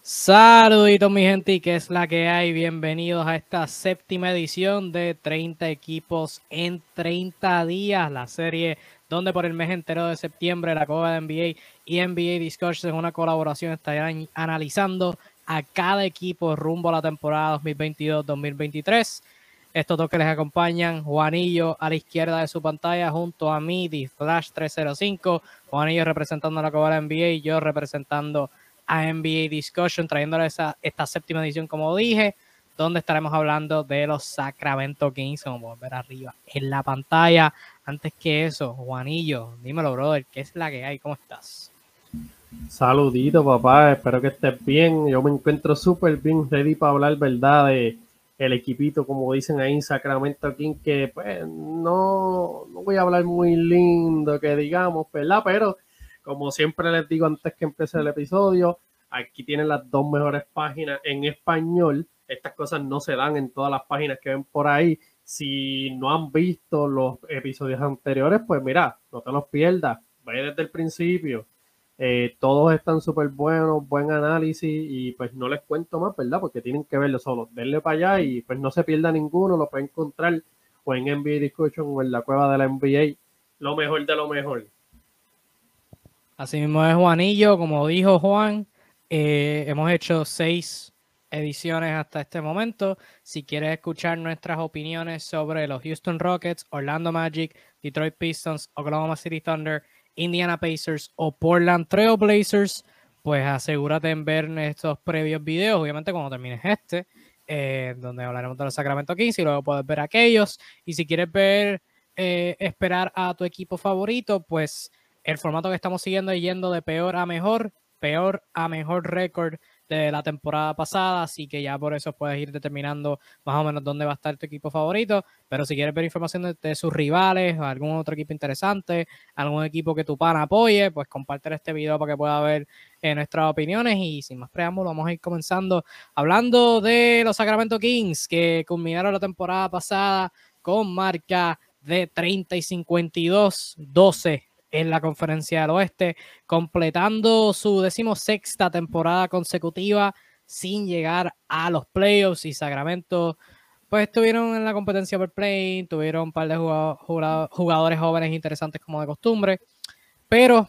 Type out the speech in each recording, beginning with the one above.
Saluditos mi gente, y qué es la que hay. Bienvenidos a esta séptima edición de 30 equipos en 30 días, la serie donde por el mes entero de septiembre la Copa de NBA y NBA Discussion en una colaboración estarán analizando a cada equipo rumbo a la temporada 2022-2023. Estos dos que les acompañan, Juanillo a la izquierda de su pantalla junto a mí, Flash 305, Juanillo representando a la Copa de NBA y yo representando a NBA Discussion, trayéndole esta séptima edición, como dije, donde estaremos hablando de los Sacramento Kings, como podemos ver arriba en la pantalla. Antes que eso, Juanillo, dímelo, brother, ¿qué es la que hay? ¿Cómo estás? Saludito, papá, espero que estés bien. Yo me encuentro súper bien, ready para hablar, ¿verdad? De el equipito, como dicen ahí en Sacramento King, que pues no voy a hablar muy lindo, que digamos, ¿verdad? Pero como siempre les digo antes que empiece el episodio, aquí tienen las dos mejores páginas en español. Estas cosas no se dan en todas las páginas que ven por ahí. Si no han visto los episodios anteriores, pues mira, no te los pierdas. Ve desde el principio. Todos están súper buenos, buen análisis y pues no les cuento más, ¿verdad? Porque tienen que verlo solo. Denle para allá y pues no se pierda ninguno, lo pueden encontrar o en NBA Discussion o en la cueva de la NBA. Lo mejor de lo mejor. Así mismo es, Juanillo, como dijo Juan, hemos hecho 6 ediciones hasta este momento. Si quieres escuchar nuestras opiniones sobre los Houston Rockets, Orlando Magic, Detroit Pistons, Oklahoma City Thunder, Indiana Pacers o Portland Trail Blazers, pues asegúrate en ver estos previos videos, obviamente cuando termines este, donde hablaremos de los Sacramento Kings y luego puedes ver aquellos. Y si quieres ver, esperar a tu equipo favorito, pues el formato que estamos siguiendo es yendo de peor a mejor récord de la temporada pasada, así que ya por eso puedes ir determinando más o menos dónde va a estar tu equipo favorito. Pero si quieres ver información de sus rivales o algún otro equipo interesante, algún equipo que tu pana apoye, pues comparte este video para que pueda ver nuestras opiniones. Y sin más preámbulo, vamos a ir comenzando hablando de los Sacramento Kings, que culminaron la temporada pasada con marca de 30 y 52-12 en la Conferencia del Oeste, completando su 16ª temporada consecutiva sin llegar a los playoffs. Y Sacramento pues estuvieron en la competencia por play, tuvieron un par de jugadores jóvenes interesantes como de costumbre, pero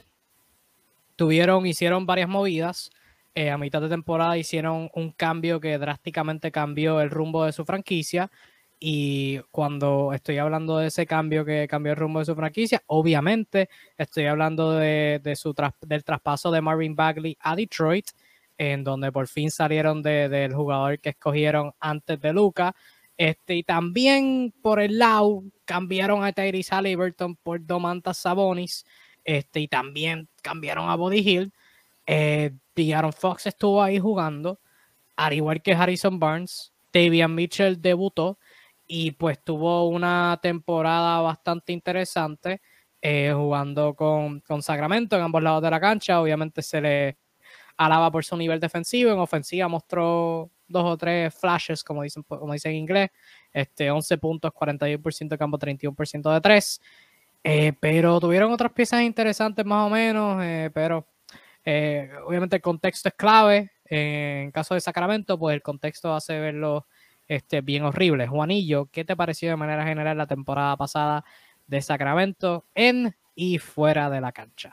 hicieron varias movidas. A mitad de temporada hicieron un cambio que drásticamente cambió el rumbo de su franquicia. Y cuando estoy hablando de ese cambio que cambió el rumbo de su franquicia, obviamente estoy hablando del traspaso de Marvin Bagley a Detroit, en donde por fin salieron del jugador que escogieron antes de Luka. Y también por el lado cambiaron a Tyrese Haliburton por Domantas Sabonis. Y también cambiaron a Buddy Hield. De'Aaron Fox estuvo ahí jugando, al igual que Harrison Barnes. Davion Mitchell debutó y pues tuvo una temporada bastante interesante jugando con Sacramento en ambos lados de la cancha. Obviamente se le alaba por su nivel defensivo. En ofensiva mostró 2 o 3 flashes, como dicen en inglés. 11 puntos, 41% de campo, 31% de 3. Pero tuvieron otras piezas interesantes más o menos, pero obviamente el contexto es clave. En caso de Sacramento, pues el contexto hace verlo bien horrible. Juanillo, ¿qué te pareció de manera general la temporada pasada de Sacramento en y fuera de la cancha?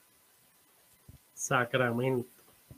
Sacramento.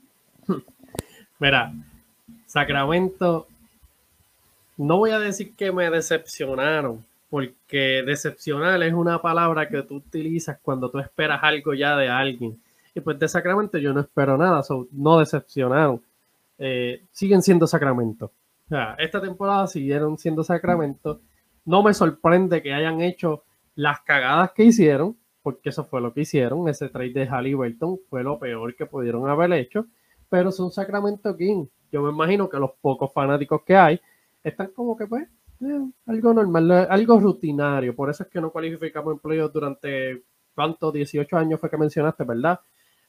Mira, Sacramento, no voy a decir que me decepcionaron, porque decepcionar es una palabra que tú utilizas cuando tú esperas algo ya de alguien. Y pues de Sacramento yo no espero nada, no decepcionaron. Siguen siendo Sacramento. O sea, esta temporada siguieron siendo Sacramento. No me sorprende que hayan hecho las cagadas que hicieron, porque eso fue lo que hicieron. Ese trade de Haliburton fue lo peor que pudieron haber hecho, pero son Sacramento King. Yo me imagino que los pocos fanáticos que hay están como que pues algo normal, algo rutinario. Por eso es que no cualificamos en playoffs durante, ¿cuántos? 18 años fue que mencionaste, ¿verdad?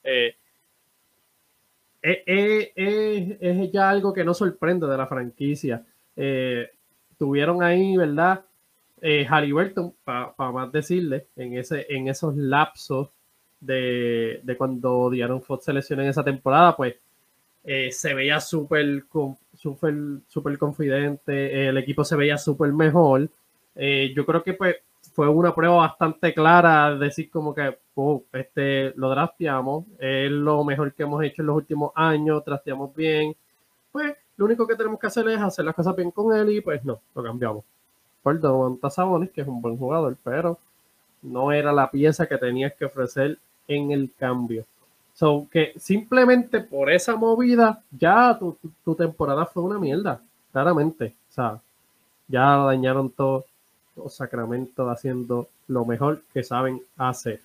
Es ya algo que no sorprende de la franquicia. Tuvieron ahí, ¿verdad? Haliburton, para más decirle, en esos lapsos de cuando De'Aaron Fox se lesionó en esa temporada, pues se veía súper confidente, el equipo se veía súper mejor. Yo creo que pues fue una prueba bastante clara, decir como que lo drafteamos, es lo mejor que hemos hecho en los últimos años, drafteamos bien, pues lo único que tenemos que hacer es hacer las cosas bien con él y pues no, lo cambiamos por Domantas Sabonis, que es un buen jugador, pero no era la pieza que tenías que ofrecer en el cambio. So, que simplemente por esa movida, ya tu temporada fue una mierda, claramente. O sea, ya dañaron todo los Sacramento haciendo lo mejor que saben hacer.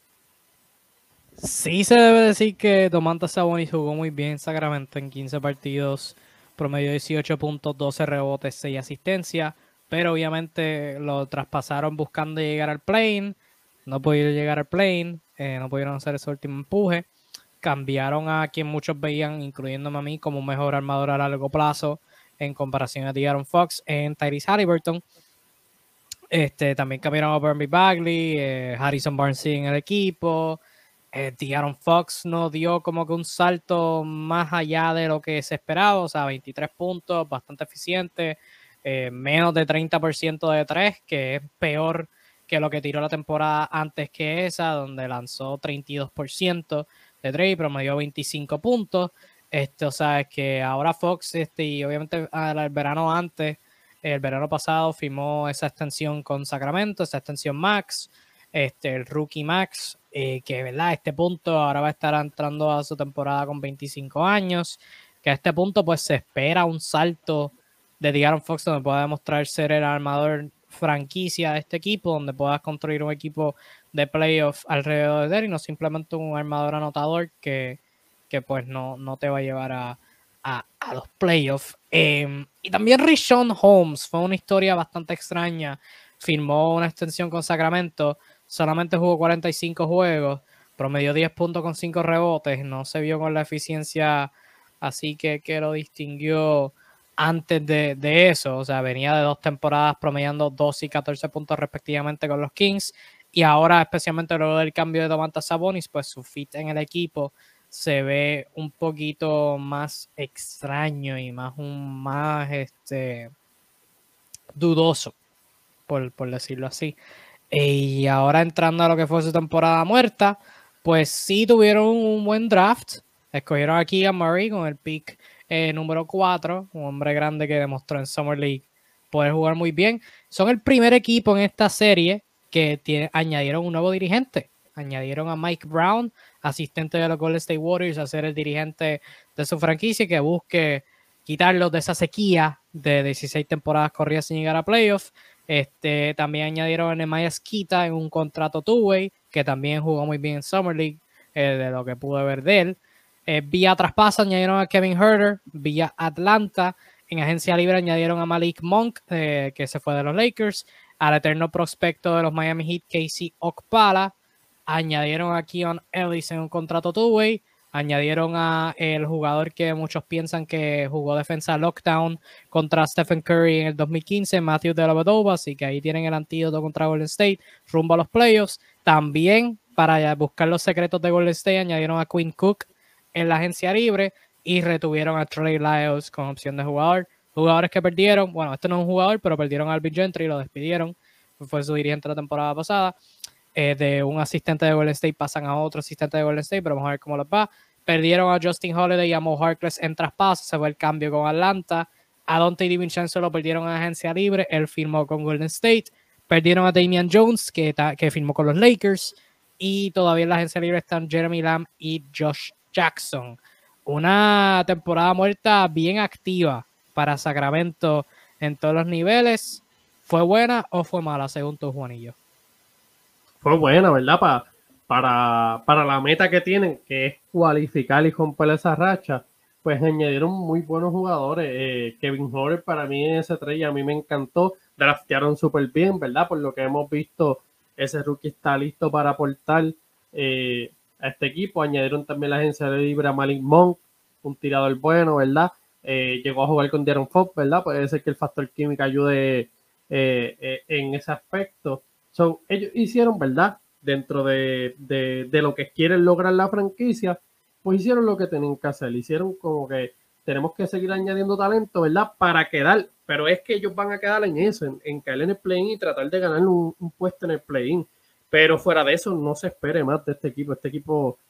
Sí se debe decir que Domantas Sabonis jugó muy bien en Sacramento en 15 partidos, promedio 18 puntos, 12 rebotes, 6 asistencias, pero obviamente lo traspasaron buscando llegar al play-in, no pudieron llegar al play-in, no pudieron hacer ese último empuje, cambiaron a quien muchos veían, incluyéndome a mí, como un mejor armador a largo plazo en comparación a De'Aaron Fox en Tyrese Haliburton. También cambiaron a Burnby Bagley, Harrison Barnes en el equipo. De'Aaron Fox no dio como que un salto más allá de lo que se esperaba, o sea, 23 puntos, bastante eficiente, menos de 30% de 3, que es peor que lo que tiró la temporada antes que esa, donde lanzó 32% de 3 y promedió 25 puntos. O sea, es que ahora Fox, y obviamente el verano antes, el verano pasado firmó esa extensión con Sacramento, esa extensión Max, el rookie Max, que verdad, a este punto ahora va a estar entrando a su temporada con 25 años, que a este punto pues se espera un salto de De'Aaron Fox donde pueda demostrar ser el armador franquicia de este equipo, donde puedas construir un equipo de playoff alrededor de él y no simplemente un armador anotador que pues no te va a llevar a los playoffs. Y también Richaun Holmes fue una historia bastante extraña. Firmó una extensión con Sacramento, solamente jugó 45 juegos, promedió 10 puntos con 5 rebotes, no se vio con la eficiencia así que lo distinguió antes de eso. O sea, venía de 2 temporadas promediando 12 y 14 puntos respectivamente con los Kings. Y ahora, especialmente luego del cambio de Domantas Sabonis, pues su fit en el equipo se ve un poquito más extraño y más dudoso, por decirlo así. Y ahora entrando a lo que fue su temporada muerta, pues sí tuvieron un buen draft. Escogieron aquí a Murray con el pick número 4, un hombre grande que demostró en Summer League poder jugar muy bien. Son el primer equipo en esta serie que añadieron un nuevo dirigente. Añadieron a Mike Brown, asistente de los Golden State Warriors, a ser el dirigente de su franquicia que busque quitarlos de esa sequía de 16 temporadas corridas sin llegar a playoffs. También añadieron a Nemanja Skita en un contrato two-way, que también jugó muy bien en Summer League, de lo que pude ver de él. Vía traspaso añadieron a Kevin Huerter, vía Atlanta. En agencia libre añadieron a Malik Monk, que se fue de los Lakers, al eterno prospecto de los Miami Heat, Casey Okpala. Añadieron a Keon Ellis en un contrato two-way. Añadieron a el jugador que muchos piensan que jugó defensa lockdown contra Stephen Curry en el 2015, Matthew Dellavedova, así que ahí tienen el antídoto contra Golden State rumbo a los playoffs. También para buscar los secretos de Golden State añadieron a Quinn Cook en la agencia libre y retuvieron a Trey Lyles con opción de jugador. Jugadores que perdieron, bueno, este no es un jugador, pero perdieron a Alvin Gentry y lo despidieron, fue su dirigente la temporada pasada. De un asistente de Golden State pasan a otro asistente de Golden State, pero vamos a ver cómo les va. Perdieron a Justin Holiday y a Mo Harkless en traspaso, se fue el cambio con Atlanta. A Donte DiVincenzo lo perdieron en agencia libre, él firmó con Golden State. Perdieron a Damian Jones, que firmó con los Lakers. Y todavía en la agencia libre están Jeremy Lamb y Josh Jackson. Una temporada muerta bien activa para Sacramento en todos los niveles. ¿Fue buena o fue mala, según tu, Juanillo? Fue buena, ¿verdad? Para la meta que tienen, que es cualificar y romper esa racha, pues añadieron muy buenos jugadores. Kevin Huerter para mí en ese trade a mí me encantó. Draftearon súper bien, ¿verdad? Por lo que hemos visto, ese rookie está listo para aportar a este equipo. Añadieron también la agencia de libre a Malik Monk, un tirador bueno, ¿verdad? Llegó a jugar con De'Aaron Fox, ¿verdad? Puede ser que el factor química ayude en ese aspecto. Ellos hicieron, ¿verdad? Dentro de lo que quieren lograr la franquicia, pues hicieron lo que tenían que hacer. Hicieron como que tenemos que seguir añadiendo talento, ¿verdad? Para quedar, pero es que ellos van a quedar en eso, en caer en el play-in y tratar de ganar un puesto en el play-in. Pero fuera de eso, no se espere más de este equipo. Este equipo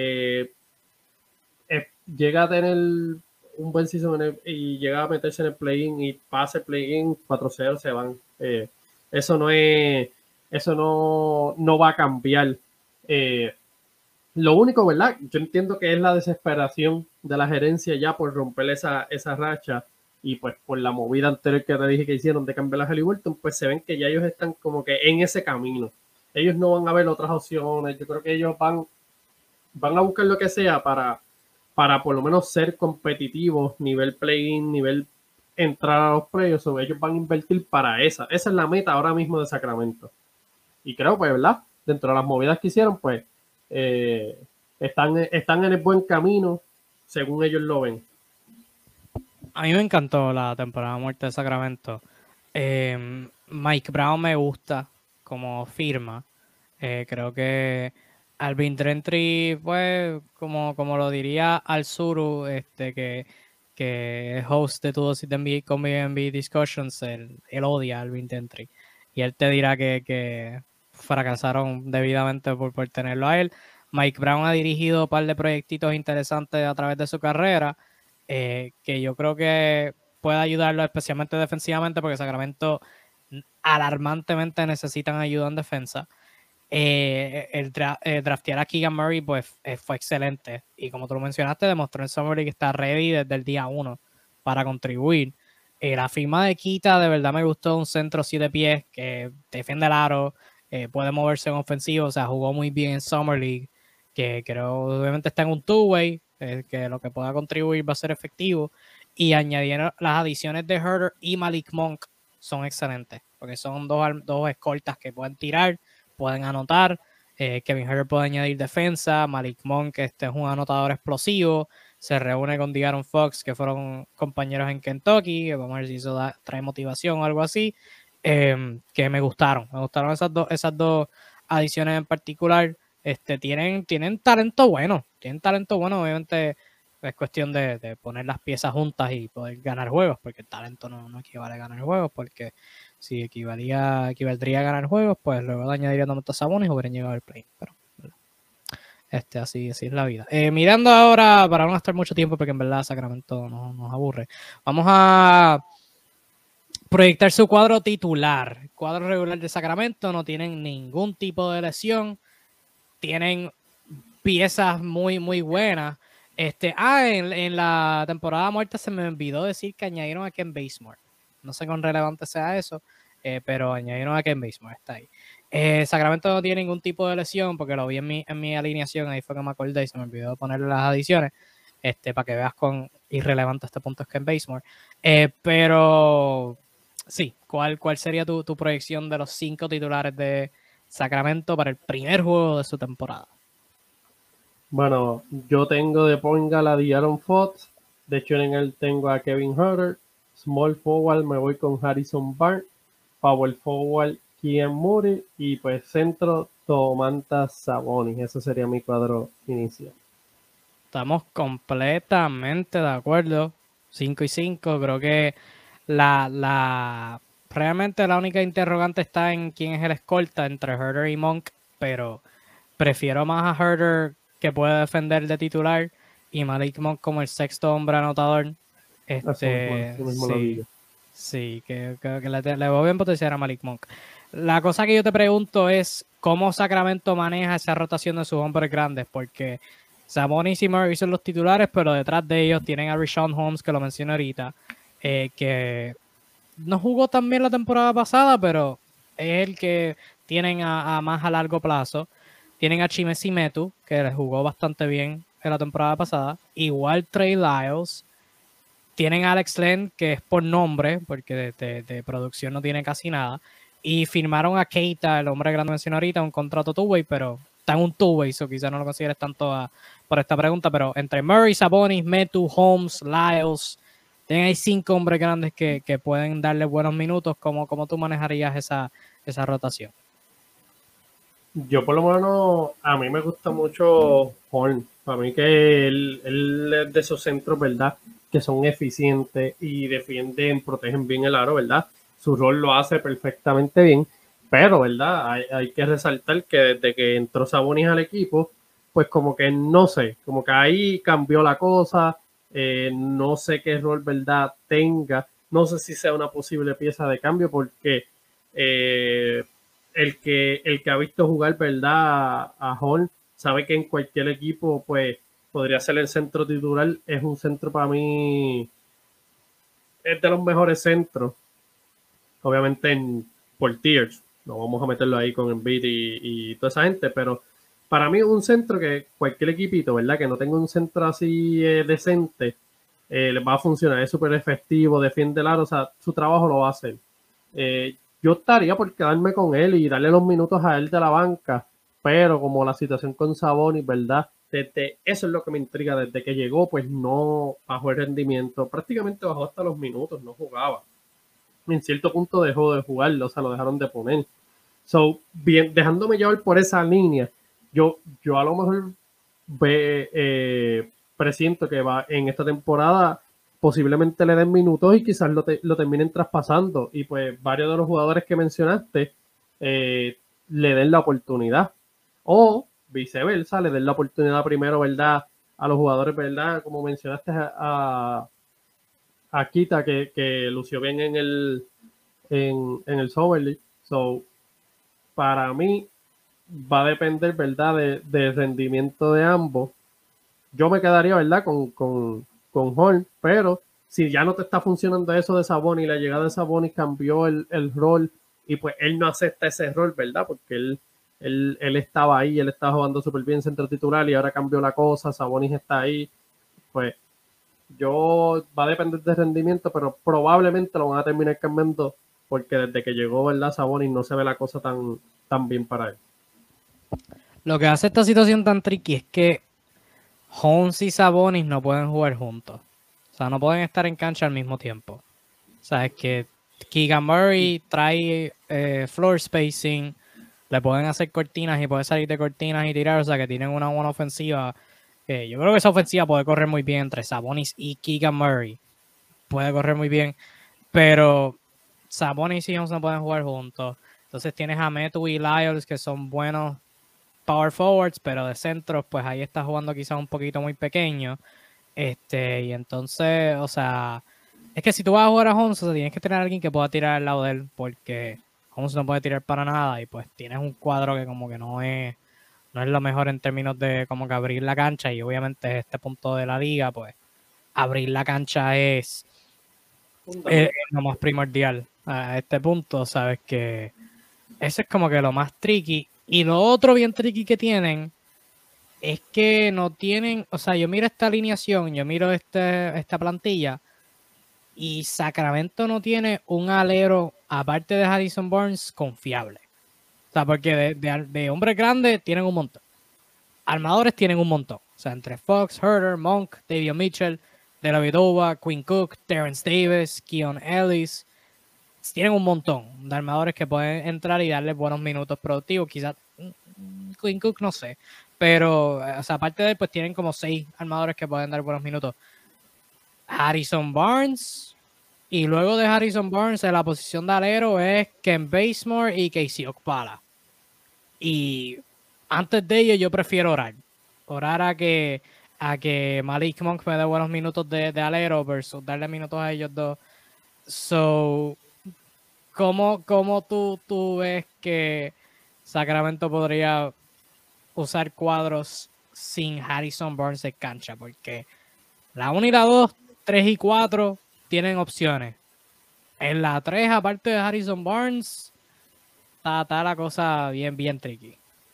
llega a tener un buen season y llega a meterse en el play-in y pasa el play-in 4-0, se van. Eso no es, eso no va a cambiar. Lo único, ¿verdad? Yo entiendo que es la desesperación de la gerencia ya por romper esa racha y pues por la movida anterior que te dije que hicieron de cambiar a Halliburton, pues se ven que ya ellos están como que en ese camino. Ellos no van a ver otras opciones. Yo creo que ellos van a buscar lo que sea para por lo menos ser competitivos, nivel play-in, nivel entrar a los playoffs, o ellos van a invertir para esa. Esa es la meta ahora mismo de Sacramento. Y creo, pues, ¿verdad? Dentro de las movidas que hicieron, pues, están en el buen camino, según ellos lo ven. A mí me encantó la temporada muerta de Sacramento. Mike Brown me gusta como firma. Creo que Alvin Gentry, pues, como lo diría Al-Suru, que es host de Tu Dosis de NBA con NBA Discussions, él odia a Alvin Gentry. Y él te dirá que fracasaron debidamente por tenerlo a él. Mike Brown ha dirigido un par de proyectitos interesantes a través de su carrera, que yo creo que puede ayudarlo especialmente defensivamente, porque Sacramento alarmantemente necesitan ayuda en defensa. Draftear a Keegan Murray pues fue excelente, y como tú lo mencionaste, demostró en Summer League que está ready desde el día 1 para contribuir. La firma de Quita de verdad me gustó, un centro 7 pies que defiende el aro, puede moverse en ofensivo, o sea, jugó muy bien en Summer League, que creo obviamente está en un two-way, que lo que pueda contribuir va a ser efectivo. Y añadieron las adiciones de Herder y Malik Monk, son excelentes, porque son dos escoltas que pueden tirar, pueden anotar. Kevin Herter puede añadir defensa. Malik Monk, es un anotador explosivo. Se reúne con De'Aaron Fox, que fueron compañeros en Kentucky. Vamos a ver si eso trae motivación o algo así. Que me gustaron. Me gustaron esas dos adiciones en particular. Tienen talento bueno. Tienen talento bueno. Obviamente es cuestión de poner las piezas juntas y poder ganar juegos, porque el talento no equivale a ganar juegos, porque si equivaldría a ganar juegos, pues luego añadiría a Sabonis y hubieran llegado al play. Pero así es la vida. Mirando ahora, para no gastar mucho tiempo, porque en verdad Sacramento nos aburre, vamos a proyectar su cuadro titular. El cuadro regular de Sacramento no tienen ningún tipo de lesión, tienen piezas muy, muy buenas. En la temporada muerta se me olvidó decir que añadieron a Ken Bazemore. No sé cuán relevante sea eso, pero añadieron a Ken Bazemore, está ahí. Sacramento no tiene ningún tipo de lesión, porque lo vi en mi alineación, ahí fue que me acordé y se me olvidó ponerle las adiciones, para que veas cuán irrelevante este punto es Ken Bazemore. Pero sí, ¿cuál sería tu proyección de los 5 titulares de Sacramento para el primer juego de su temporada? Bueno, yo tengo de point guard a De'Aaron Fox. De hecho, en él tengo a Kevin Herter. Small forward me voy con Harrison Barnes. Power forward Keegan Murray. Y pues centro Domantas Sabonis. Ese sería mi cuadro inicial. Estamos completamente de acuerdo. 5 y 5. Creo que realmente la única interrogante está en quién es el escolta entre Herter y Monk, pero prefiero más a Herter, que puede defender de titular, y Malik Monk como el sexto hombre anotador. Sí, que le voy a potenciar a Malik Monk. La cosa que yo te pregunto es cómo Sacramento maneja esa rotación de sus hombres grandes, porque Sabonis y Murray son los titulares, pero detrás de ellos tienen a Richaun Holmes, que lo mencioné ahorita, que no jugó tan bien la temporada pasada, pero es el que tienen a más a largo plazo. Tienen a Chimezie Metu, que jugó bastante bien en la temporada pasada. Igual Trey Lyles. Tienen a Alex Len, que es por nombre, porque de producción no tiene casi nada. Y firmaron a Keita, el hombre grande mencioné ahorita, un contrato two-way, pero está en un two-way, so quizás no lo consideres tanto por esta pregunta, pero entre Murray, Sabonis, Metu, Holmes, Lyles, tienen ahí 5 hombres grandes que pueden darle buenos minutos. ¿Cómo tú manejarías esa rotación? Yo por lo menos, a mí me gusta mucho Horn. Para mí que él es de esos centros, ¿verdad? Que son eficientes y defienden, protegen bien el aro, ¿verdad? Su rol lo hace perfectamente bien. Pero, ¿verdad? Hay que resaltar que desde que entró Sabonis al equipo, pues como que no sé, como que ahí cambió la cosa. No sé qué rol, ¿verdad? Tenga. No sé si sea una posible pieza de cambio porque... Eh, el que ha visto jugar, ¿verdad? A Horn, sabe que en cualquier equipo, pues, podría ser el centro titular. Es un centro para mí, es de los mejores centros, obviamente por tiers. No vamos a meterlo ahí con Embiid y toda esa gente, pero para mí un centro que cualquier equipito, ¿verdad? Que no tenga un centro así decente, les va a funcionar. Es súper efectivo, defiende el aro, o sea, su trabajo lo va a hacer. Yo estaría por quedarme con él y darle los minutos a él de la banca, pero como la situación con Sabonis, ¿verdad? Eso es lo que me intriga, desde que llegó, pues no bajó el rendimiento, prácticamente bajó hasta los minutos, no jugaba. En cierto punto dejó de jugarlo, o sea, lo dejaron de poner. So, bien, dejándome llevar por esa línea, yo a lo mejor presiento que va en esta temporada posiblemente le den minutos y quizás lo terminen traspasando y pues varios de los jugadores que mencionaste le den la oportunidad o viceversa, le den la oportunidad primero, ¿verdad? A los jugadores, ¿verdad? Como mencionaste a Kita que lució bien en el Summer League. So, para mí va a depender, ¿verdad? De rendimiento de ambos. Yo me quedaría, ¿verdad? Con Horn, pero si ya no te está funcionando eso de Sabonis y la llegada de Sabonis cambió el rol y pues él no acepta ese rol, ¿verdad? Porque él estaba ahí, él estaba jugando súper bien centro titular y ahora cambió la cosa, Sabonis está ahí, pues yo va a depender del rendimiento, pero probablemente lo van a terminar cambiando porque desde que llegó, ¿verdad? Sabonis no se ve la cosa tan bien para él. Lo que hace esta situación tan tricky es que Holmes y Sabonis no pueden jugar juntos. O sea, no pueden estar en cancha al mismo tiempo. O sea, es que Keegan Murray trae floor spacing, le pueden hacer cortinas y puede salir de cortinas y tirar. O sea, que tienen una buena ofensiva. Yo creo que esa ofensiva puede correr muy bien entre Sabonis y Keegan Murray. Puede correr muy bien. Pero Sabonis y Holmes no pueden jugar juntos. Entonces tienes a Metu y Lyles que son buenos power forwards, pero de centros, pues ahí está jugando quizás un poquito muy pequeño. Y entonces, o sea, es que si tú vas a jugar a Holmes, o sea, tienes que tener a alguien que pueda tirar al lado de él, porque Holmes no puede tirar para nada, y pues tienes un cuadro que como que no es lo mejor en términos de como que abrir la cancha, y obviamente este punto de la liga, pues abrir la cancha es lo más primordial a este punto, sabes que eso es como que lo más tricky. Y lo otro bien tricky que tienen es que no tienen, o sea, yo miro esta alineación, yo miro esta plantilla y Sacramento no tiene un alero, aparte de Harrison Barnes, confiable. O sea, porque de hombres grandes tienen un montón. Armadores tienen un montón. O sea, entre Fox, Herter, Monk, Davion Mitchell, De La Vedova, Quinn Cook, Terrence Davis, Keon Ellis. Tienen un montón de armadores que pueden entrar y darle buenos minutos productivos. Quizás Quinn Cook, no sé. Pero, o sea, aparte de él, pues tienen como 6 armadores que pueden dar buenos minutos. Harrison Barnes. Y luego de Harrison Barnes, en la posición de alero es Ken Bazemore y Casey Okpala. Y antes de ello, yo prefiero orar. Orar a que Malik Monk me dé buenos minutos de alero versus darle minutos a ellos dos. So, ¿cómo tú ves que Sacramento podría usar cuadros sin Harrison Barnes en cancha? Porque la 1 y la 2, 3 y 4 tienen opciones. En la 3, aparte de Harrison Barnes, está la cosa bien, bien tricky.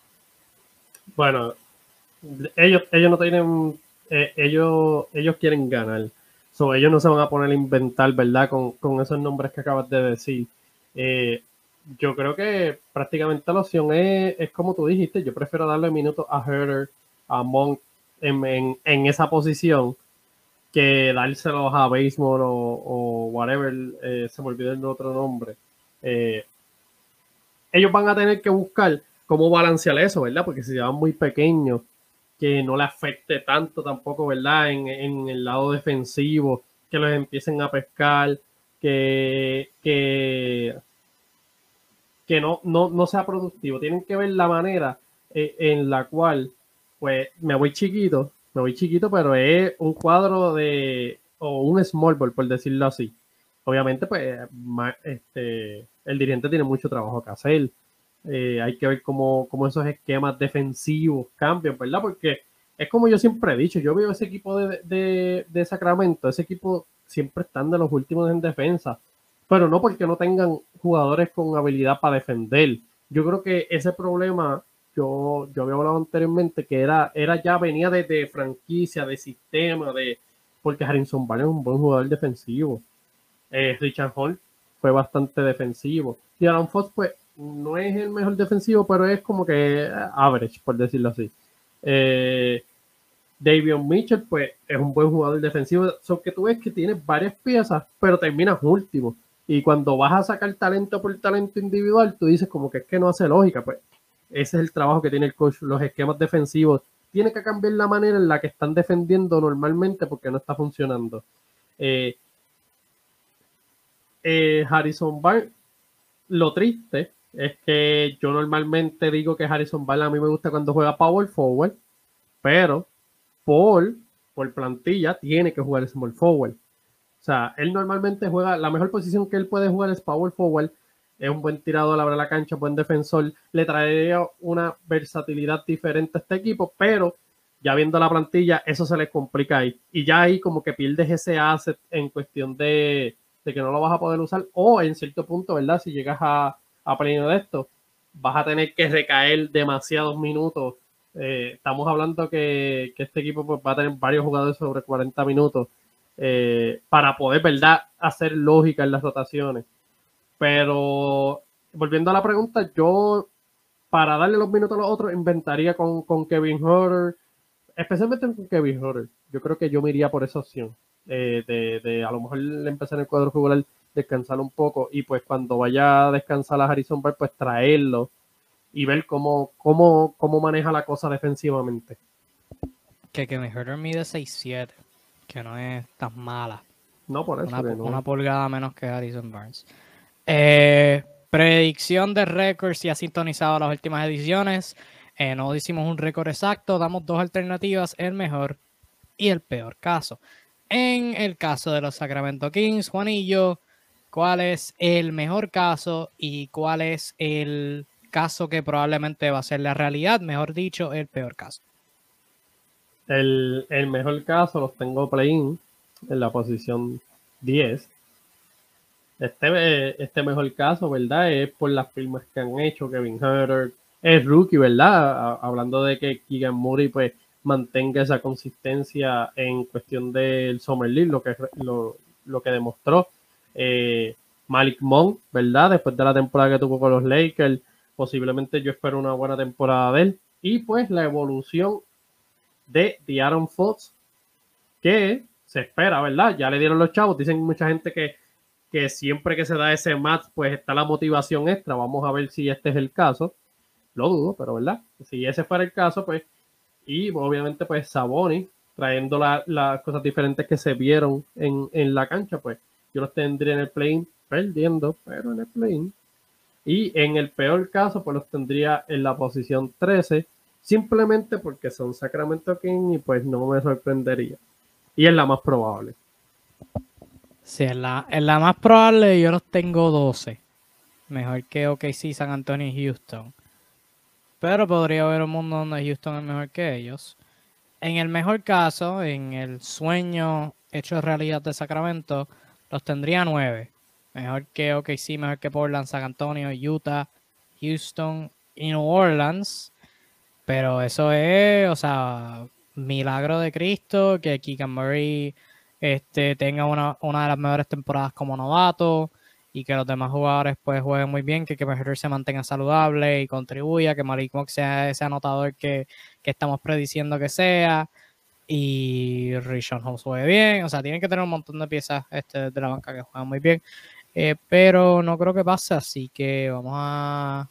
Bueno, ellos no tienen, ellos quieren ganar. So, ellos no se van a poner a inventar, ¿verdad? Con esos nombres que acabas de decir. Eh, yo creo que prácticamente la opción es como tú dijiste, yo prefiero darle minutos a Herder, a Monk en esa posición que dárselos a Bazemore o whatever, se me olvidó el otro nombre. Ellos van a tener que buscar cómo balancear eso, ¿verdad? Porque si se van muy pequeños, que no le afecte tanto tampoco, ¿verdad? En el lado defensivo, que los empiecen a pescar, que, que, que no sea productivo. Tienen que ver la manera en la cual, pues, me voy chiquito, pero es un cuadro o un small ball, por decirlo así. Obviamente, pues, el dirigente tiene mucho trabajo que hacer. Hay que ver cómo esos esquemas defensivos cambian, ¿verdad? Porque es como yo siempre he dicho, yo veo ese equipo de Sacramento, ese equipo siempre están de los últimos en defensa, pero no porque no tengan jugadores con habilidad para defender. Yo creo que ese problema, yo había hablado anteriormente, que venía de franquicia, de sistema, porque Harrison Barnes es un buen jugador defensivo. Richard Hall fue bastante defensivo. Y Aaron Fox, pues, no es el mejor defensivo, pero es como que average, por decirlo así. Davion Mitchell, pues, es un buen jugador defensivo. Son que tú ves que tiene varias piezas, pero terminas último. Y cuando vas a sacar talento por talento individual, tú dices como que es que no hace lógica. Pues ese es el trabajo que tiene el coach. Los esquemas defensivos tiene que cambiar la manera en la que están defendiendo normalmente porque no está funcionando. Harrison Barnes, lo triste es que yo normalmente digo que Harrison Barnes a mí me gusta cuando juega power forward, pero por plantilla tiene que jugar small forward. O sea, él normalmente juega, la mejor posición que él puede jugar es power forward, es un buen tirador, abre la cancha, buen defensor, le traería una versatilidad diferente a este equipo, pero ya viendo la plantilla, eso se le complica ahí. Y ya ahí como que pierdes ese asset en cuestión de que no lo vas a poder usar, o en cierto punto, ¿verdad? Si llegas a pleno de esto, vas a tener que recaer demasiados minutos. Estamos hablando que este equipo pues, va a tener varios jugadores sobre 40 minutos para poder, ¿verdad?, hacer lógica en las rotaciones. Pero volviendo a la pregunta, yo para darle los minutos a los otros inventaría con Kevin Huerter, especialmente con Kevin Huerter. Yo creo que yo me iría por esa opción. De a lo mejor empezar el cuadro regular, descansar un poco y pues cuando vaya a descansar a Harrison Barnes, pues traerlo y ver cómo maneja la cosa defensivamente. Que Kevin Huerter mide 6'7", que no es tan mala. No, por eso que no. Una pulgada menos que Harrison Barnes. Predicción de récord, si ha sintonizado las últimas ediciones. No hicimos un récord exacto, damos dos alternativas, el mejor y el peor caso. En el caso de los Sacramento Kings, Juanillo, ¿cuál es el mejor caso y cuál es el caso que probablemente va a ser la realidad? Mejor dicho, el peor caso. El mejor caso los tengo play-in en la posición 10. Este mejor caso, ¿verdad? Es por las firmas que han hecho. Kevin Huerter es rookie, ¿verdad? Hablando de que Keegan Murray pues mantenga esa consistencia en cuestión del Summer League, lo que demostró. Malik Monk, ¿verdad? Después de la temporada que tuvo con los Lakers, posiblemente yo espero una buena temporada de él. Y pues la evolución de Aaron Fox, que se espera, ¿verdad? Ya le dieron los chavos, dicen mucha gente que siempre que se da ese match, pues está la motivación extra. Vamos a ver si este es el caso. Lo dudo, pero ¿verdad? Si ese fuera el caso, pues, y obviamente, pues Sabonis, trayendo las cosas diferentes que se vieron en la cancha, pues yo los tendría en el play-in perdiendo, pero en el play-in. Y en el peor caso, pues los tendría en la posición 13, simplemente porque son Sacramento Kings y pues no me sorprendería. Y es la más probable. Sí, en la más probable yo los tengo 12. Mejor que OKC, San Antonio y Houston. Pero podría haber un mundo donde Houston es mejor que ellos. En el mejor caso, en el sueño hecho realidad de Sacramento, los tendría 9. Mejor que OKC, mejor que Portland, San Antonio, Utah, Houston y New Orleans. Pero eso es, o sea, milagro de Cristo, que Keegan Murray tenga una de las mejores temporadas como novato y que los demás jugadores pues jueguen muy bien, que Huerter se mantenga saludable y contribuya, que Malik Monk sea ese anotador que estamos prediciendo que sea, y Richard Holmes juegue bien. O sea, tienen que tener un montón de piezas de la banca que juegan muy bien, pero no creo que pase, así que vamos a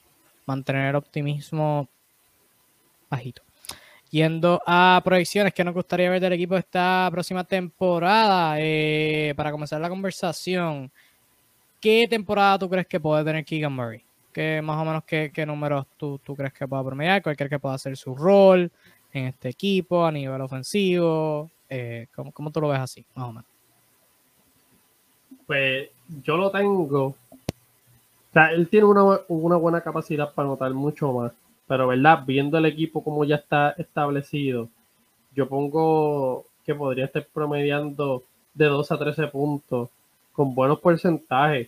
mantener el optimismo bajito. Yendo a proyecciones, ¿qué nos gustaría ver del equipo esta próxima temporada? Para comenzar la conversación, ¿qué temporada tú crees que puede tener Keegan Murray? ¿Qué más o menos qué números tú crees que pueda promediar? ¿Cuál crees que pueda hacer su rol en este equipo a nivel ofensivo? ¿Cómo tú lo ves así, más o menos? Pues yo lo tengo. O sea, él tiene una buena capacidad para anotar mucho más. Pero, ¿verdad? Viendo el equipo como ya está establecido, yo pongo que podría estar promediando de 12 a 13 puntos con buenos porcentajes.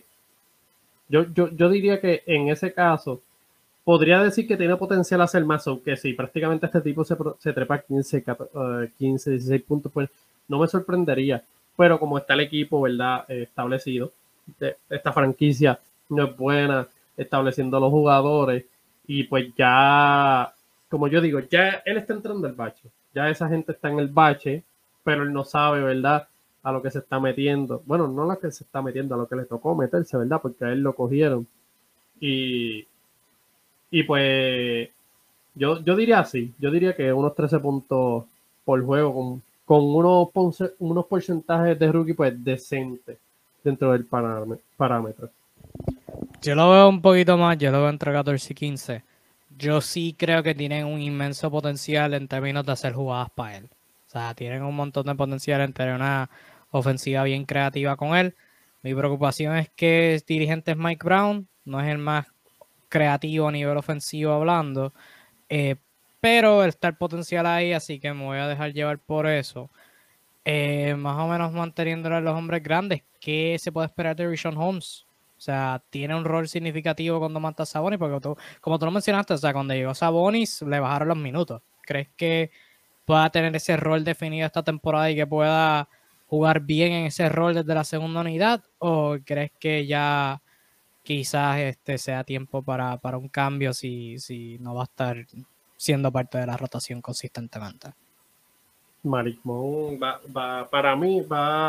Yo diría que en ese caso podría decir que tiene potencial a ser más, aunque si prácticamente este tipo se trepa 15, 16 puntos, pues no me sorprendería. Pero como está el equipo, ¿verdad? Establecido, esta franquicia no es buena, estableciendo los jugadores, y pues ya, como yo digo, ya él está entrando al bache. Ya esa gente está en el bache, pero él no sabe, ¿verdad? A lo que se está metiendo. Bueno, no a lo que se está metiendo, a lo que le tocó meterse, ¿verdad? Porque a él lo cogieron. Y, y pues yo diría así, yo diría que unos 13 puntos por juego con unos porcentajes de rookie pues decentes dentro del parámetro. Yo lo veo un poquito más, yo lo veo entre 14 y 15. Yo sí creo que tienen un inmenso potencial en términos de hacer jugadas para él. O sea, tienen un montón de potencial en tener una ofensiva bien creativa con él. Mi preocupación es que el dirigente es Mike Brown, no es el más creativo a nivel ofensivo hablando, pero está el potencial ahí, así que me voy a dejar llevar por eso. Más o menos manteniéndolo a los hombres grandes. ¿Qué se puede esperar de Richaun Holmes? O sea, tiene un rol significativo cuando mata a Sabonis, porque como tú lo mencionaste, o sea, cuando llegó Sabonis le bajaron los minutos. ¿Crees que pueda tener ese rol definido esta temporada y que pueda jugar bien en ese rol desde la segunda unidad? ¿O crees que ya quizás sea tiempo para un cambio si no va a estar siendo parte de la rotación consistentemente? Malik Monk para mí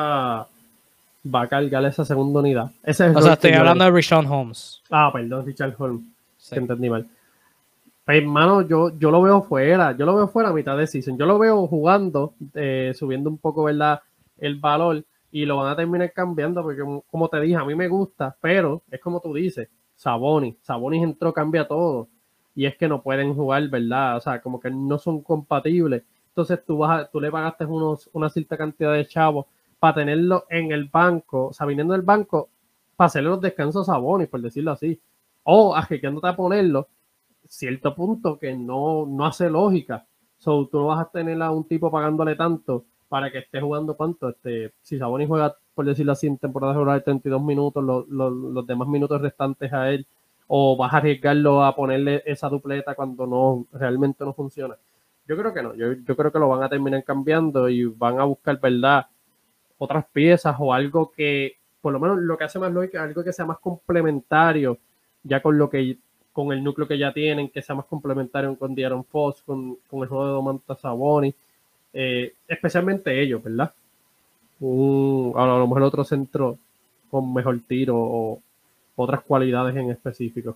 va a cargar esa segunda unidad. Ese es el O sea, rol que estoy yo le... hablando de Richaun Holmes. Perdón, Richard Holmes, Sí. que entendí mal. Pues, hermano, yo lo veo fuera, a mitad de season. Yo lo veo jugando, subiendo un poco, ¿verdad? El valor, y lo van a terminar cambiando porque, como te dije, a mí me gusta, pero es como tú dices, Sabonis entró, cambia todo, y es que no pueden jugar, ¿verdad? O sea, como que no son compatibles. Entonces tú le pagaste una cierta cantidad de chavos para tenerlo en el banco, o sea, viniendo del banco, para hacerle los descansos a Sabonis, por decirlo así, o arriesgándote a ponerlo cierto punto que no hace lógica. So, tú no vas a tener a un tipo pagándole tanto para que esté jugando tanto. Si Sabonis juega, por decirlo así, en temporada regular 32 minutos, los demás minutos restantes a él, o vas a arriesgarlo a ponerle esa dupleta cuando realmente no funciona. Yo creo que no, yo creo que lo van a terminar cambiando y van a buscar, ¿verdad? Otras piezas o algo que, por lo menos lo que hace más lógica, algo que sea más complementario ya con el núcleo que ya tienen, que sea más complementario con De'Aaron Fox, con el juego de Domantas Sabonis, especialmente ellos, ¿verdad? A lo mejor otro centro con mejor tiro o otras cualidades en específico.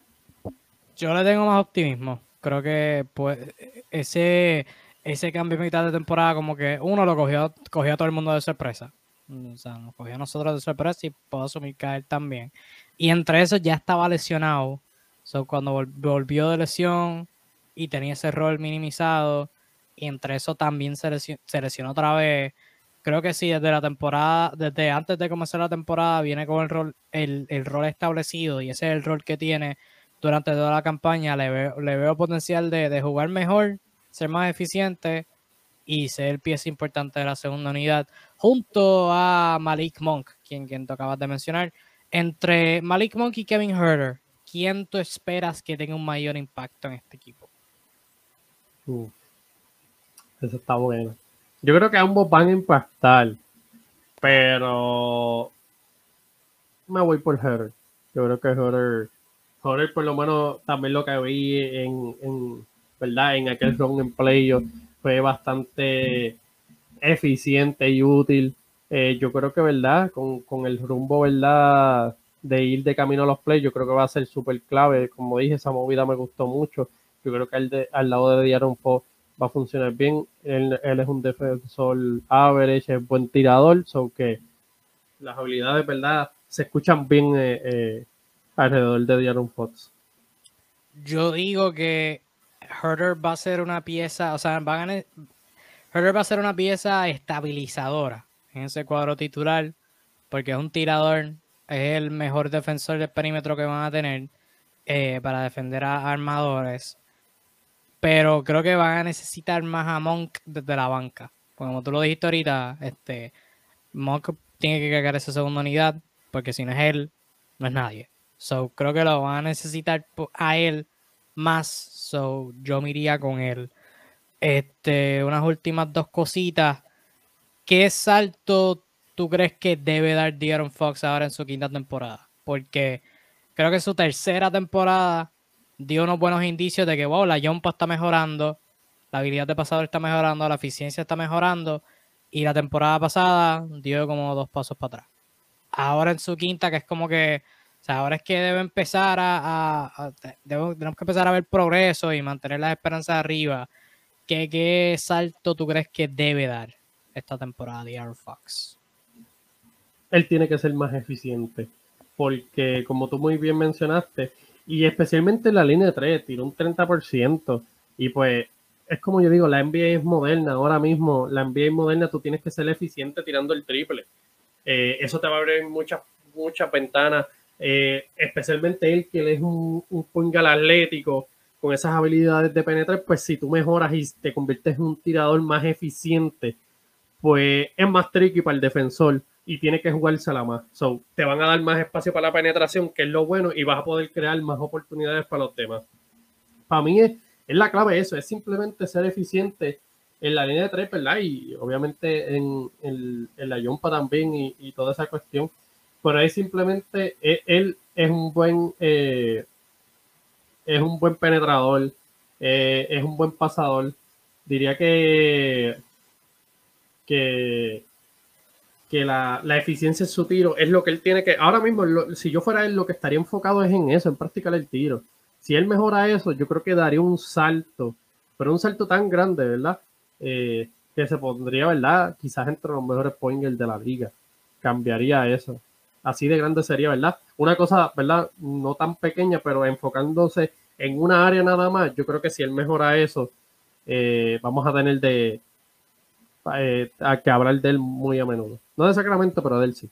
Yo le tengo más optimismo. Creo que pues ese cambio en mitad de temporada como que uno lo cogió a todo el mundo de sorpresa. O sea, nos cogió a nosotros de sorpresa y puedo asumir que a él también. Y entre eso ya estaba lesionado. So, cuando volvió de lesión y tenía ese rol minimizado, y entre eso también se lesionó otra vez. Creo que sí, desde la temporada, desde antes de comenzar la temporada, viene con el rol establecido y ese es el rol que tiene durante toda la campaña. Le veo potencial de jugar mejor, ser más eficiente y ser pieza importante de la segunda unidad, junto a Malik Monk, quien tú acabas de mencionar. Entre Malik Monk y Kevin Huerter, ¿quién tú esperas que tenga un mayor impacto en este equipo? Eso está bueno. Yo creo que ambos van a impactar, pero me voy por Herder. Yo creo que Herder por lo menos también lo que vi ¿verdad? En aquel run en playoff fue bastante eficiente y útil. Yo creo que, ¿verdad? Con el rumbo, ¿verdad? de ir de camino a los plays, yo creo que va a ser súper clave. Como dije, esa movida me gustó mucho. Yo creo que al lado de De'Aaron Fox va a funcionar bien. Él es un defensor average, es buen tirador, so que las habilidades, ¿verdad? Se escuchan bien alrededor de De'Aaron Fox. Yo digo que Herder va a ser una pieza, o sea, Herder va a ser una pieza estabilizadora en ese cuadro titular, porque es un tirador, es el mejor defensor del perímetro que van a tener para defender a armadores. Pero creo que van a necesitar más a Monk desde la banca. Como tú lo dijiste ahorita, Monk tiene que cargar esa segunda unidad, porque si no es él, no es nadie. So, creo que lo van a necesitar a él más. So, yo me iría con él. Unas últimas dos cositas. ¿Qué salto tú crees que debe dar De'Aaron Fox ahora en su quinta temporada? Porque creo que su tercera temporada dio unos buenos indicios de que, wow, la jumpa está mejorando, la habilidad de pasador está mejorando, la eficiencia está mejorando, y la temporada pasada dio como 2 pasos para atrás. Ahora en su quinta, que es como que, o sea, ahora es que debe empezar tenemos que empezar a ver progreso y mantener las esperanzas arriba. ¿Qué salto tú crees que debe dar esta temporada de De'Aaron Fox? Él tiene que ser más eficiente, porque como tú muy bien mencionaste, y especialmente en la línea de 3, tiró un 30%, y pues es como yo digo, la NBA es moderna, ahora mismo la NBA moderna tú tienes que ser eficiente tirando el triple. Eso te va a abrir muchas ventanas, especialmente él que él es un point guard atlético, con esas habilidades de penetrar, pues si tú mejoras y te conviertes en un tirador más eficiente, pues es más tricky para el defensor y tiene que jugársela más. So, te van a dar más espacio para la penetración, que es lo bueno, y vas a poder crear más oportunidades para los demás. Para mí es la clave eso, es simplemente ser eficiente en la línea de 3, ¿verdad? Y obviamente en la yompa también y toda esa cuestión. Pero ahí simplemente él es un buen penetrador, es un buen pasador. Diría que la eficiencia en su tiro es lo que él tiene que. Ahora mismo, si yo fuera él, lo que estaría enfocado es en eso, en practicar el tiro. Si él mejora eso, yo creo que daría un salto, pero un salto tan grande, ¿verdad? Que se pondría, ¿verdad? Quizás entre los mejores pointers de la liga. Cambiaría eso. Así de grande sería, ¿verdad? Una cosa, ¿verdad? No tan pequeña, pero enfocándose en una área nada más, yo creo que si él mejora eso, vamos a tener a que hablar de él muy a menudo. No de Sacramento, pero de él sí.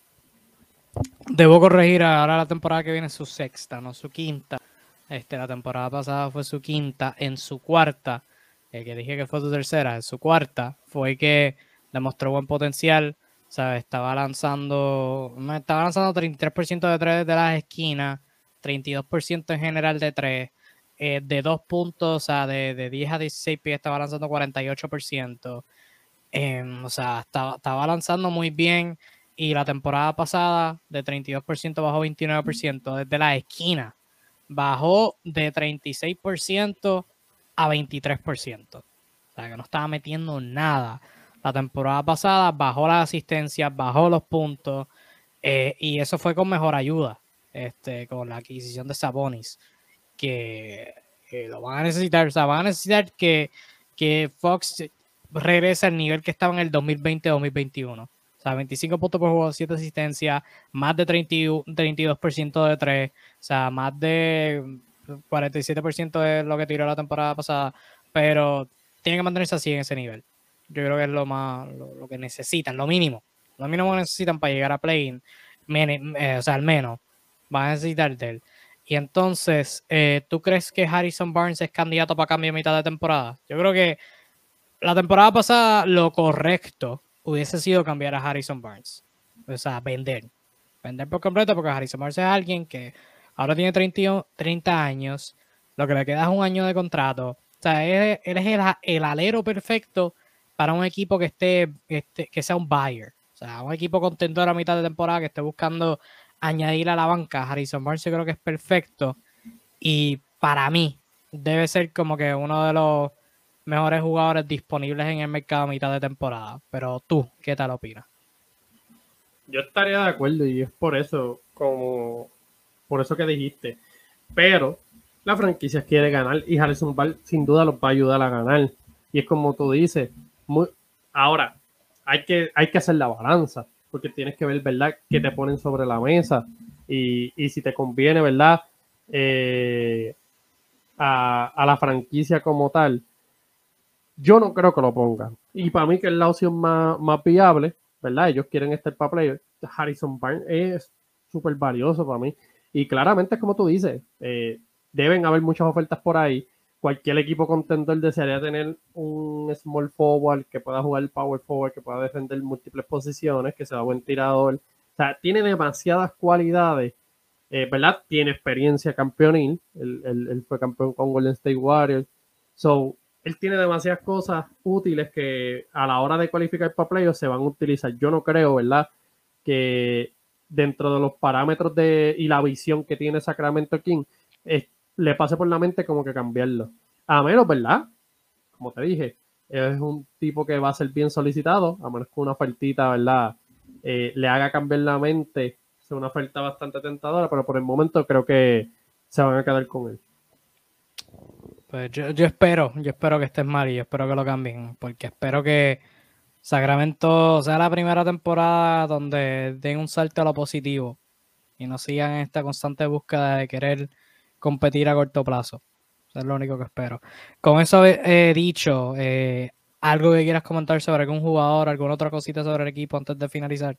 Debo corregir, ahora la temporada que viene es su sexta, no su quinta. La temporada pasada fue su quinta. En su cuarta, que dije que fue su tercera, en su cuarta fue que demostró buen potencial. O sea, estaba lanzando 33% de 3 de las esquinas, 32% en general de 3, de 2 puntos, o sea, de 10 a 16 pies estaba lanzando 48%. O sea, estaba lanzando muy bien. Y la temporada pasada de 32% bajó 29%. Desde la esquina bajó de 36% a 23%. O sea, que no estaba metiendo nada. La temporada pasada bajó las asistencias, bajó los puntos. Y eso fue con mejor ayuda. Con la adquisición de Sabonis. Que lo van a necesitar. O sea, van a necesitar que Fox regrese al nivel que estaba en el 2020-2021. O sea, 25 puntos por juego, 7 asistencias, más de 32% de 3, o sea, más de 47% de lo que tiró la temporada pasada, pero tienen que mantenerse así en ese nivel. Yo creo que es lo que necesitan, lo mínimo que necesitan para llegar a play-in, o sea, al menos van a necesitar de él. Y entonces, ¿tú crees que Harrison Barnes es candidato para cambio a mitad de temporada? Yo creo que la temporada pasada lo correcto hubiese sido cambiar a Harrison Barnes. O sea, vender. Vender por completo porque Harrison Barnes es alguien que ahora tiene 30 años, lo que le queda es un año de contrato. O sea, él es el alero perfecto para un equipo que sea un buyer. O sea, un equipo contendor a mitad de temporada que esté buscando añadir a la banca. Harrison Barnes yo creo que es perfecto. Y para mí debe ser como que uno de los mejores jugadores disponibles en el mercado a mitad de temporada. Pero tú, ¿qué tal opinas? Yo estaría de acuerdo y es por eso, como por eso que dijiste. Pero la franquicia quiere ganar y Harrison Barnes sin duda los va a ayudar a ganar. Y es como tú dices, ahora hay que hacer la balanza, porque tienes que ver, ¿verdad?, qué te ponen sobre la mesa y si te conviene, ¿verdad?, a la franquicia como tal. Yo no creo que lo pongan. Y para mí que es la opción más viable, ¿verdad? Ellos quieren estar para playoff. Harrison Barnes es súper valioso para mí. Y claramente es como tú dices, deben haber muchas ofertas por ahí. Cualquier equipo contendor desearía tener un small forward que pueda jugar el power forward, que pueda defender múltiples posiciones, que sea buen tirador. O sea, tiene demasiadas cualidades, ¿verdad? Tiene experiencia campeonil. Él fue campeón con Golden State Warriors. So, él tiene demasiadas cosas útiles que a la hora de cualificar para playoffs se van a utilizar. Yo no creo, ¿verdad?, que dentro de los parámetros y la visión que tiene Sacramento King, le pase por la mente como que cambiarlo. A menos, ¿verdad? Como te dije, es un tipo que va a ser bien solicitado, a menos que una ofertita, ¿verdad?, le haga cambiar la mente. Es una oferta bastante tentadora, pero por el momento creo que se van a quedar con él. Pues yo espero que estés mal y yo espero que lo cambien, porque espero que Sacramento sea la primera temporada donde den un salto a lo positivo y no sigan en esta constante búsqueda de querer competir a corto plazo. Eso es lo único que espero. Con eso dicho, ¿algo que quieras comentar sobre algún jugador, alguna otra cosita sobre el equipo antes de finalizar?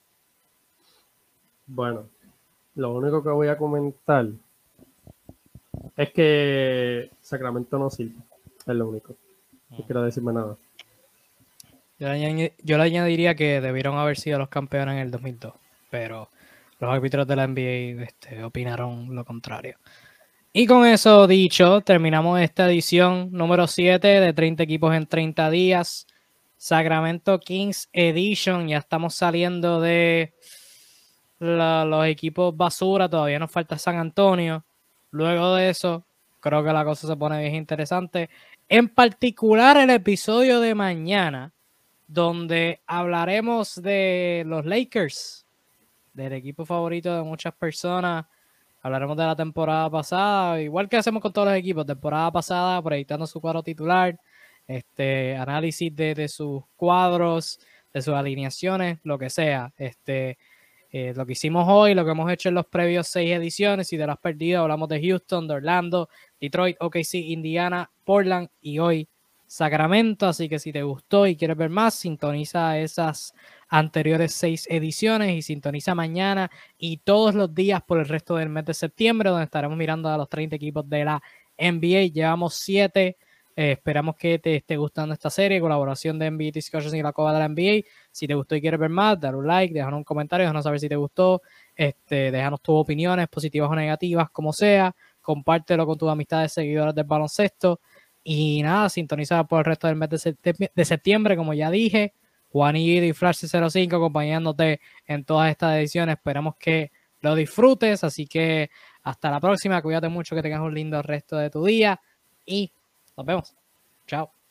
Bueno, lo único que voy a comentar es que Sacramento no sirve. Es lo único. No quiero decirme nada. Yo le añadiría que debieron haber sido los campeones en el 2002, pero los árbitros de la NBA opinaron lo contrario. Y con eso dicho, terminamos esta edición número 7 de 30 equipos en 30 días. Sacramento Kings Edition. Ya estamos saliendo de los equipos basura. Todavía nos falta San Antonio. Luego de eso, creo que la cosa se pone bien interesante. En particular el episodio de mañana, donde hablaremos de los Lakers, del equipo favorito de muchas personas. Hablaremos de la temporada pasada, igual que hacemos con todos los equipos, temporada pasada, proyectando su cuadro titular, análisis de sus cuadros, de sus alineaciones, lo que sea. Lo que hicimos hoy, lo que hemos hecho en los previos 6 ediciones, y de las perdidas hablamos de Houston, de Orlando, Detroit, OKC, Indiana, Portland y hoy Sacramento. Así que si te gustó y quieres ver más, sintoniza esas anteriores 6 ediciones y sintoniza mañana y todos los días por el resto del mes de septiembre, donde estaremos mirando a los 30 equipos de la NBA. Llevamos 7. Esperamos que te esté gustando esta serie, colaboración de NBA Discussions y la Cova de la NBA. Si te gustó y quieres ver más, dale un like, déjanos un comentario, déjanos saber si te gustó, déjanos tus opiniones, positivas o negativas, como sea. Compártelo con tus amistades, seguidores del baloncesto. Y nada, sintoniza por el resto del mes de septiembre, como ya dije. Juanillo y Flash 05 acompañándote en todas estas ediciones. Esperamos que lo disfrutes. Así que hasta la próxima. Cuídate mucho, que tengas un lindo resto de tu día. Y nos vemos. Chao.